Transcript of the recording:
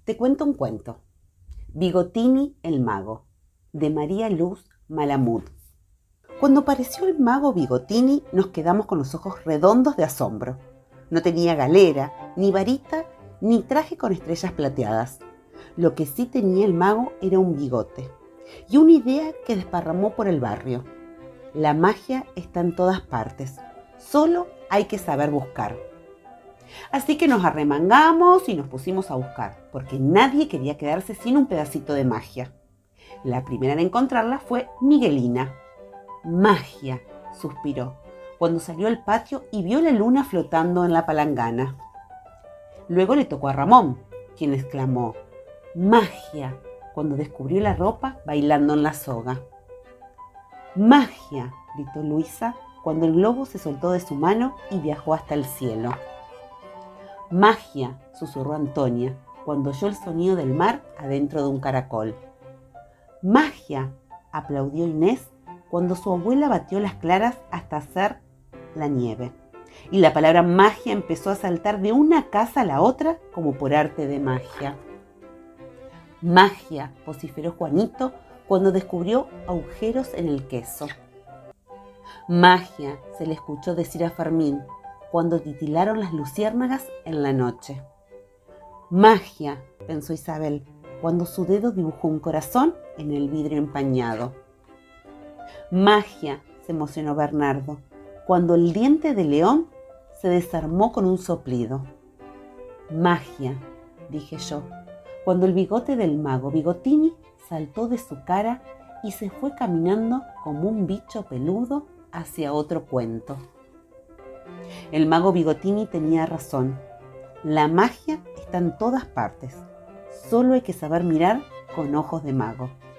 Te cuento un cuento. Bigotini el mago, de María Luz Malamud. Cuando apareció el mago Bigotini, nos quedamos con los ojos redondos de asombro. No tenía galera, ni varita, ni traje con estrellas plateadas. Lo que sí tenía el mago era un bigote y una idea que desparramó por el barrio. La magia está en todas partes, solo hay que saber buscar. Así que nos arremangamos y nos pusimos a buscar, porque nadie quería quedarse sin un pedacito de magia. La primera en encontrarla fue Miguelina. «Magia», suspiró, cuando salió al patio y vio la luna flotando en la palangana. Luego le tocó a Ramón, quien exclamó «Magia», cuando descubrió la ropa bailando en la soga. «Magia», gritó Luisa, cuando el globo se soltó de su mano y viajó hasta el cielo. «Magia», susurró Antonia, cuando oyó el sonido del mar adentro de un caracol. «Magia», aplaudió Inés, cuando su abuela batió las claras hasta hacer la nieve. Y la palabra magia empezó a saltar de una casa a la otra como por arte de magia. «Magia», vociferó Juanito cuando descubrió agujeros en el queso. «Magia», se le escuchó decir a Fermín cuando titilaron las luciérnagas en la noche. «Magia», pensó Isabel, cuando su dedo dibujó un corazón en el vidrio empañado. «Magia», se emocionó Bernardo, cuando el diente de león se desarmó con un soplido. «Magia», dije yo, cuando el bigote del mago Bigotini saltó de su cara y se fue caminando como un bicho peludo hacia otro cuento. El mago Bigotini tenía razón. La magia está en todas partes. Solo hay que saber mirar con ojos de mago.